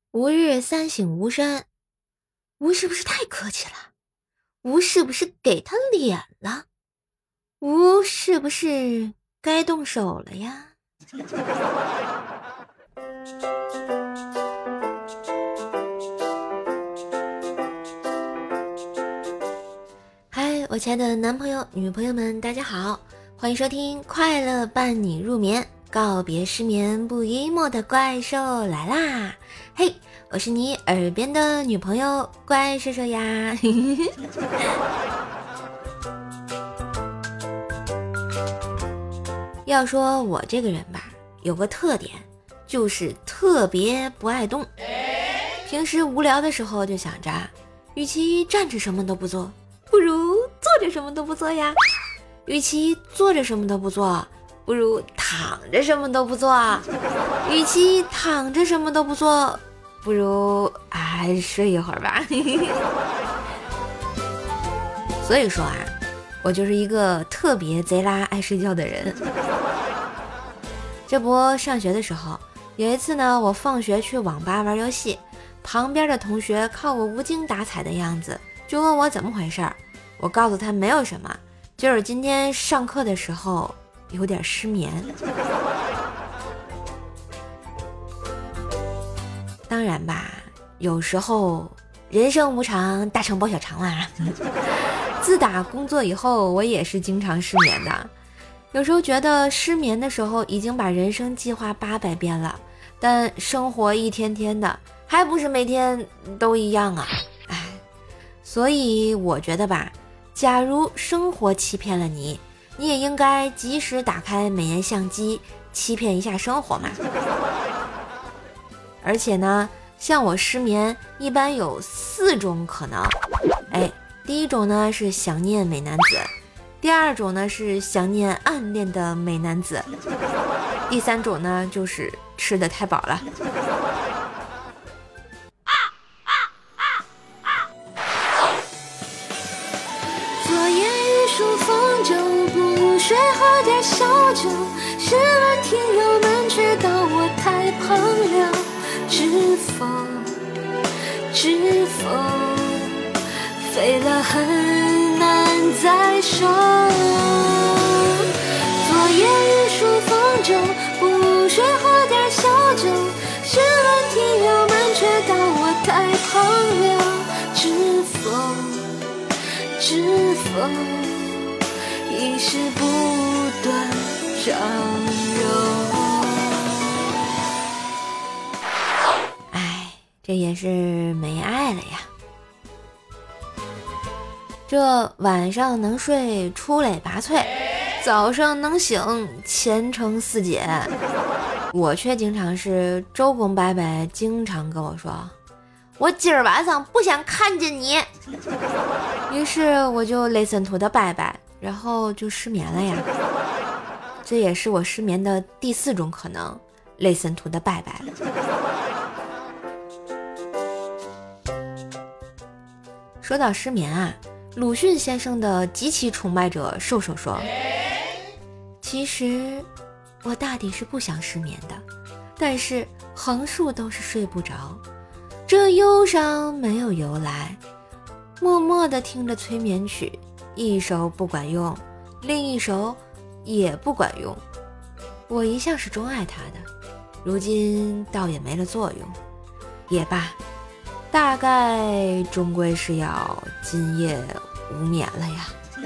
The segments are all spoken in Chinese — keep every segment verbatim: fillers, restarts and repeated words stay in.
吾日三省吾身，吾是不是太客气了？吾是不是给他脸了？吾是不是该动手了呀？嗨，我亲爱的男朋友、女朋友们，大家好，欢迎收听《快乐伴你入眠》，告别失眠不 emo 的怪兽来啦！嘿，我是你耳边的女朋友怪兽兽呀！要说我这个人吧，有个特点，就是特别不爱动。平时无聊的时候就想着，与其站着什么都不做，不如坐着什么都不做呀；与其坐着什么都不做，不如躺着什么都不做；与其躺着什么都不做，不如啊睡一会儿吧。所以说啊，我就是一个特别贼拉爱睡觉的人。这不上学的时候，有一次呢，我放学去网吧玩游戏，旁边的同学看我无精打采的样子，就问我怎么回事儿。我告诉他没有什么，就是今天上课的时候有点失眠。当然吧，有时候人生无常，大成包小肠啊。自打工作以后，我也是经常失眠的。有时候觉得失眠的时候已经把人生计划八百遍了，但生活一天天的，还不是每天都一样啊！哎，所以我觉得吧，假如生活欺骗了你，你也应该及时打开美颜相机，欺骗一下生活嘛。而且呢，像我失眠一般有四种可能。哎，第一种呢是想念美男子，第二种呢是想念暗恋的美男子，第三种呢就是吃得太饱了。 昨夜雨疏风骤，不睡喝点小酒，试问听友们知道我太胖了，知否知否，飞了很难再收。昨夜雨疏风骤，不睡喝点小酒，试问听友们却道我太胖了，知否知否，已是不断长肉。 哎，这也是没爱了呀。这晚上能睡出类拔萃，早上能醒前程似锦。我却经常是周公伯伯经常跟我说，我今儿晚上不想看见你。于是我就 listen to 的拜拜，然后就失眠了呀。这也是我失眠的第四种可能， listen to 的拜拜了。说到失眠啊，鲁迅先生的极其崇拜者瘦瘦说，其实我大抵是不想失眠的，但是横竖都是睡不着，这忧伤没有由来，默默地听着催眠曲，一首不管用，另一首也不管用。我一向是钟爱它的，如今倒也没了作用，也罢，大概终归是要今夜无眠了呀。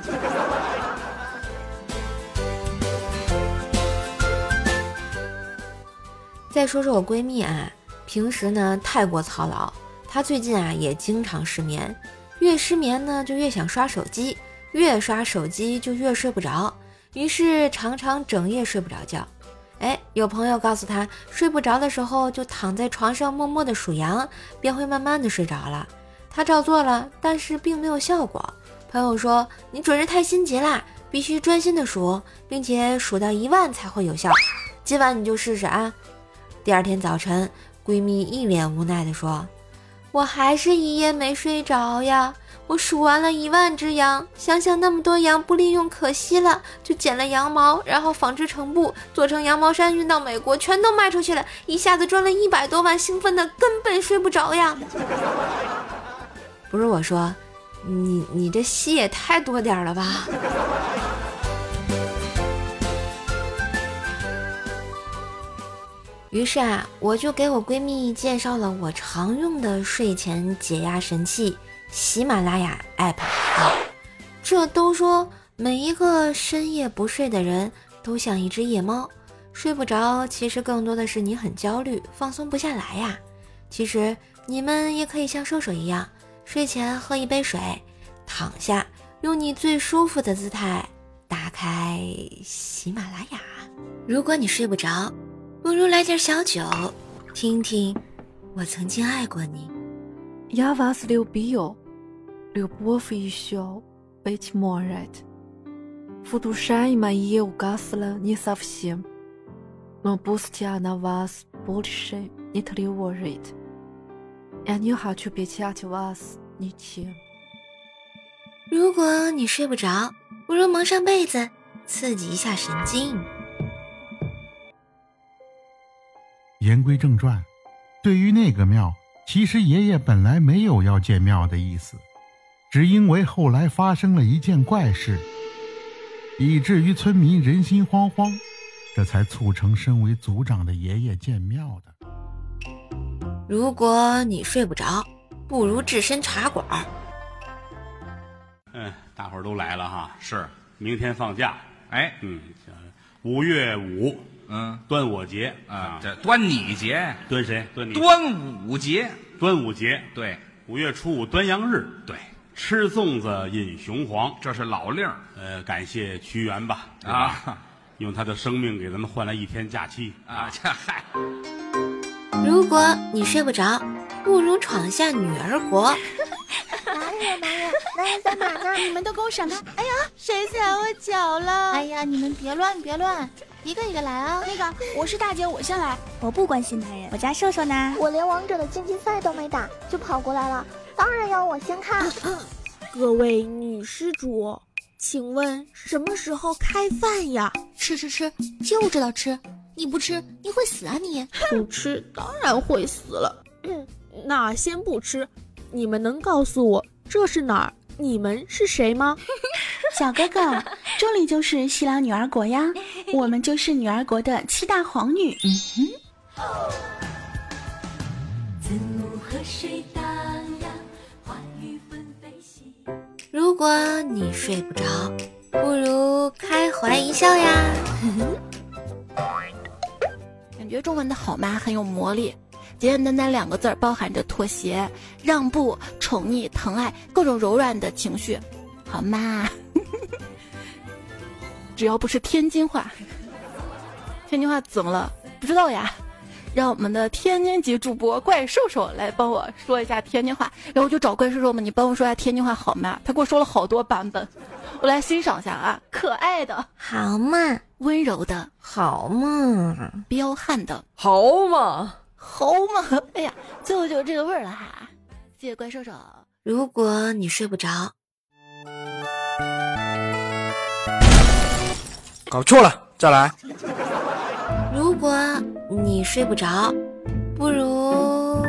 再说说我闺蜜啊，平时呢太过操劳，她最近啊也经常失眠，越失眠呢就越想刷手机，越刷手机就越睡不着，于是常常整夜睡不着觉。哎，有朋友告诉她，睡不着的时候就躺在床上默默的数羊，便会慢慢的睡着了。她照做了，但是并没有效果。朋友说，你准是太心急啦，必须专心的数，并且数到一万才会有效。今晚你就试试啊。第二天早晨，闺蜜一脸无奈地说， 我还是一夜没睡着呀。我数完了一万只羊，想想那么多羊不利用可惜了，就剪了羊毛，然后纺织成布，做成羊毛衫运到美国，全都卖出去了，一下子赚了一百多万，兴奋的根本睡不着呀。不是我说，你你这戏也太多点了吧。于是啊，我就给我闺蜜介绍了我常用的睡前解压神器喜马拉雅 app 啊。这都说每一个深夜不睡的人都像一只夜猫，睡不着其实更多的是你很焦虑，放松不下来呀。其实你们也可以像瘦瘦一样，睡前喝一杯水，躺下，用你最舒服的姿态打开喜马拉雅。如果你睡不着，不如来点小酒，听听我曾经爱过你。 Jag вас любил, любовь еще быть может. В душе моей угасла не совсем, но пусть она вас больше не тревожит. Я не хочу печать вас ничем. 如果你睡不着，不如蒙上被子，刺激一下神经。 言归正传，对于那个庙，其实爷爷本来没有要建庙的意思，只因为后来发生了一件怪事，以至于村民人心惶惶，这才促成身为族长的爷爷建庙的。 如果你睡不着，不如置身茶馆。 嗯，大伙儿都来了哈， 是， 明天放假。 哎， 嗯，五月五， 嗯， 端午节啊，这端你节， 端谁？端你。 端午节， 端午节， 对， 五月初五端阳日， 对， 吃粽子饮雄黄， 这是老令儿呃，感谢屈原吧，对吧啊， 用他的生命给咱们换来一天假期啊，这嗨。 如果你睡不着，不如闯下女儿国。 哪里有男人？男人在哪呢？你们都给我闪开！哎呀，谁踩我脚了？哎呀，你们别乱别乱，一个一个来啊！那个，我是大姐，我先来。 我不关心男人，我家瘦瘦呢？ 我连王者的竞技赛都没打，就跑过来了，当然要我先看。 各位女施主，请问什么时候开饭呀？ 吃吃吃，就知道吃，你不吃你会死啊你！ 不吃当然会死了。嗯，那先不吃。你们能告诉我这是哪儿？你们是谁吗？ 小哥哥，这里就是西凉女儿国呀，我们就是女儿国的七大皇女。嗯哼。 如果你睡不着，不如开怀一笑呀。 感觉中文的好妈很有魔力，简简单单两个字儿包含着妥协、让步、宠溺、疼爱，各种柔软的情绪。好妈，只要不是天津话，天津话怎么了？不知道呀。让我们的天津籍主播怪兽兽来帮我说一下天津话，然后我就找怪兽兽们，你帮我说一下天津话好吗？他给我说了好多版本，我来欣赏一下啊。可爱的好嘛， 温柔的好嘛， 彪悍的好嘛， 好嘛，哎呀，最后就是这个味儿了哈。谢谢怪兽兽。 如果你睡不着， 搞错了，再来。 如果你睡不着，不如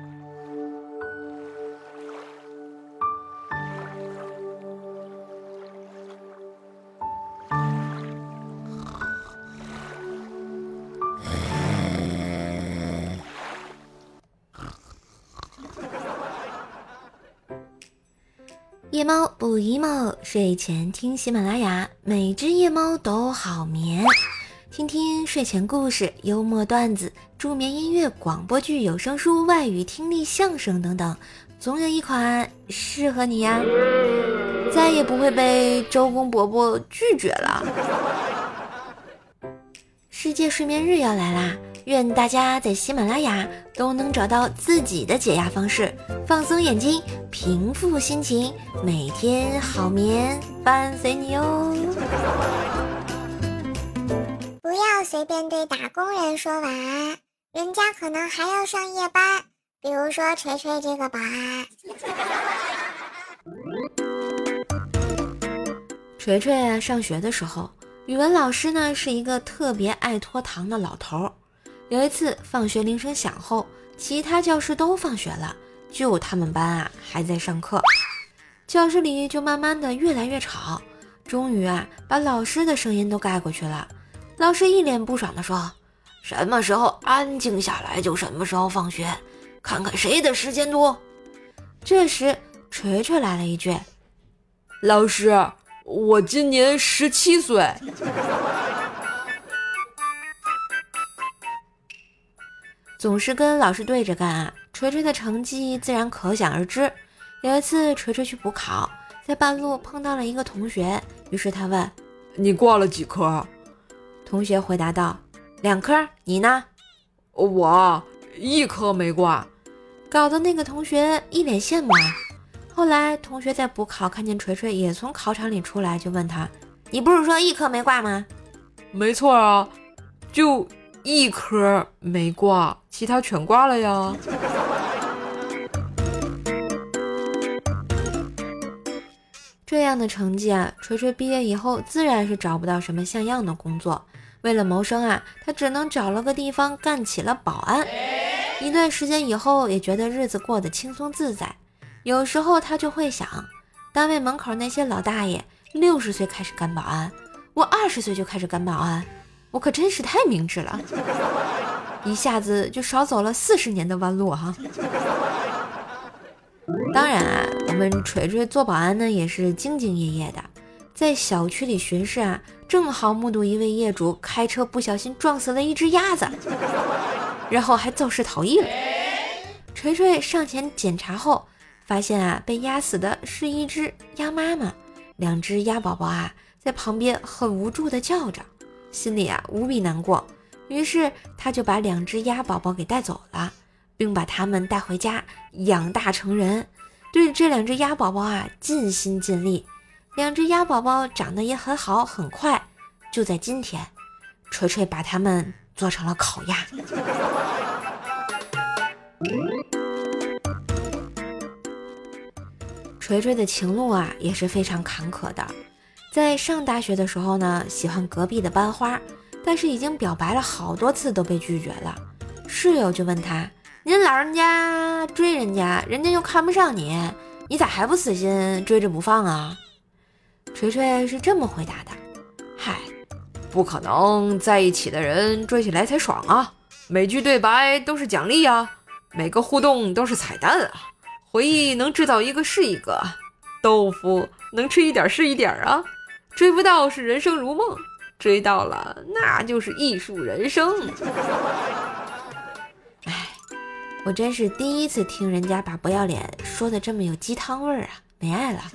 夜猫不 emo， 睡前听喜马拉雅，每只夜猫都好眠。听听睡前故事、幽默段子、助眠音乐、广播剧、有声书、外语听力、相声等等，总有一款适合你呀，再也不会被周公伯伯拒绝了。世界睡眠日要来啦，愿大家在喜马拉雅都能找到自己的解压方式，放松眼睛，平复心情，每天好眠伴随你哦。 不要随便对打工人说晚安，人家可能还要上夜班， 比如说锤锤这个吧。 锤锤啊，上学的时候，语文老师呢是一个特别爱拖堂的老头。有一次放学铃声响后，其他教室都放学了，就他们班啊还在上课，教室里就慢慢的越来越吵，终于啊把老师的声音都盖过去了。老师一脸不爽地说，什么时候安静下来就什么时候放学，看看谁的时间多。这时锤锤来了一句， 老师，我今年十七岁。 总是跟老师对着干啊，锤锤的成绩自然可想而知。有一次锤锤去补考，在半路碰到了一个同学，于是他问， 你挂了几科？ 同学回答道，两科，你呢？ 我一科没挂。 搞得那个同学一脸羡慕啊。后来同学在补考看见锤锤也从考场里出来，就问他，你不是说一科没挂吗？ 没错啊，就一科没挂，其他全挂了呀。 这样的成绩啊，锤锤毕业以后自然是找不到什么像样的工作。为了谋生啊，他只能找了个地方干起了保安。一段时间以后，也觉得日子过得轻松自在。有时候他就会想，单位门口那些老大爷六十岁开始干保安，我二十岁就开始干保安，我可真是太明智了，一下子就少走了四十年的弯路哈。当然啊，我们锤锤做保安呢也是兢兢业业的，在小区里巡视啊，正好目睹一位业主开车不小心撞死了一只鸭子，然后还肇事逃逸了。锤锤上前检查后，发现啊，被压死的是一只鸭妈妈，两只鸭宝宝啊在旁边很无助的叫着，心里啊无比难过。于是他就把两只鸭宝宝给带走了，并把它们带回家养大成人，对这两只鸭宝宝啊尽心尽力。两只鸭宝宝长得也很好，很快，就在今天，锤锤把它们做成了烤鸭。锤锤的情路啊也是非常坎坷的。在上大学的时候呢，喜欢隔壁的班花，但是已经表白了好多次都被拒绝了。室友就问他，您老人家追人家，人家又看不上你，你咋还不死心追着不放啊？锤锤是这么回答的， 嗨，不可能在一起的人追起来才爽啊，每句对白都是奖励啊，每个互动都是彩蛋啊，回忆能制造一个是一个，豆腐能吃一点是一点啊，追不到是人生如梦，追到了那就是艺术人生。 哎，我真是第一次听人家把不要脸说的这么有鸡汤味儿啊，没爱了。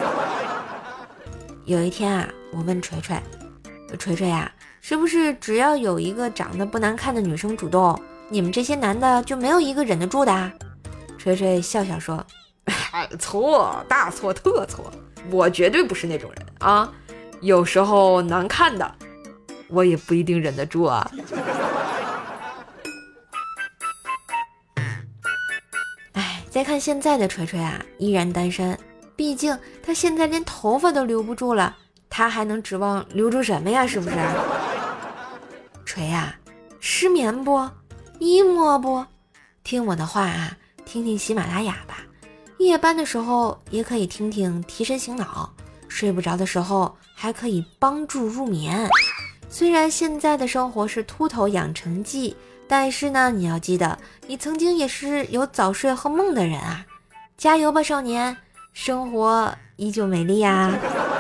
有一天啊，我问锤锤，锤锤啊，是不是只要有一个长得不难看的女生主动，你们这些男的就没有一个忍得住的啊？锤锤笑笑说， 哎，错，大错特错，我绝对不是那种人啊，有时候难看的我也不一定忍得住啊。 哎，再看现在的锤锤啊，依然单身，毕竟他现在连头发都留不住了，他还能指望留住什么呀？是不是？锤啊，失眠不？emo不？听我的话啊，听听喜马拉雅吧。夜班的时候也可以听听提神醒脑，睡不着的时候还可以帮助入眠。虽然现在的生活是秃头养成记，但是呢，你要记得，你曾经也是有早睡和梦的人啊！加油吧，少年，生活依旧美丽啊！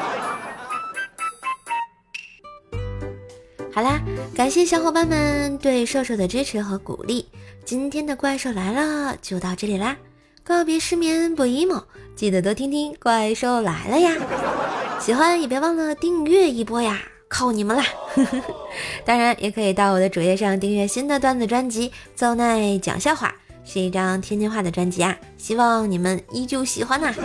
好啦，感谢小伙伴们对瘦瘦的支持和鼓励。今天的怪兽来了就到这里啦，告别失眠不 emo， 记得多听听怪兽来了呀！喜欢也别忘了订阅一波呀，靠你们啦！当然也可以到我的主页上订阅新的段子专辑《邹奈讲笑话》，是一张天津话的专辑啊，希望你们依旧喜欢呐、啊。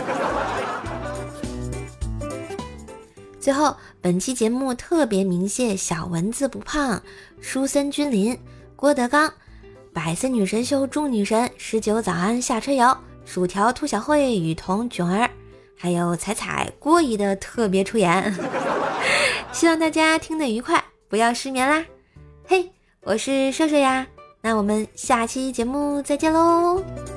最后，本期节目特别鸣谢小蚊子不胖、书森君临、郭德纲、 百思女神秀众女神、十九早安下车摇、薯条兔小慧、雨桐囧儿，还有彩彩郭姨的特别出演。希望大家听得愉快，不要失眠啦。嘿，我是射射呀，那我们下期节目再见喽。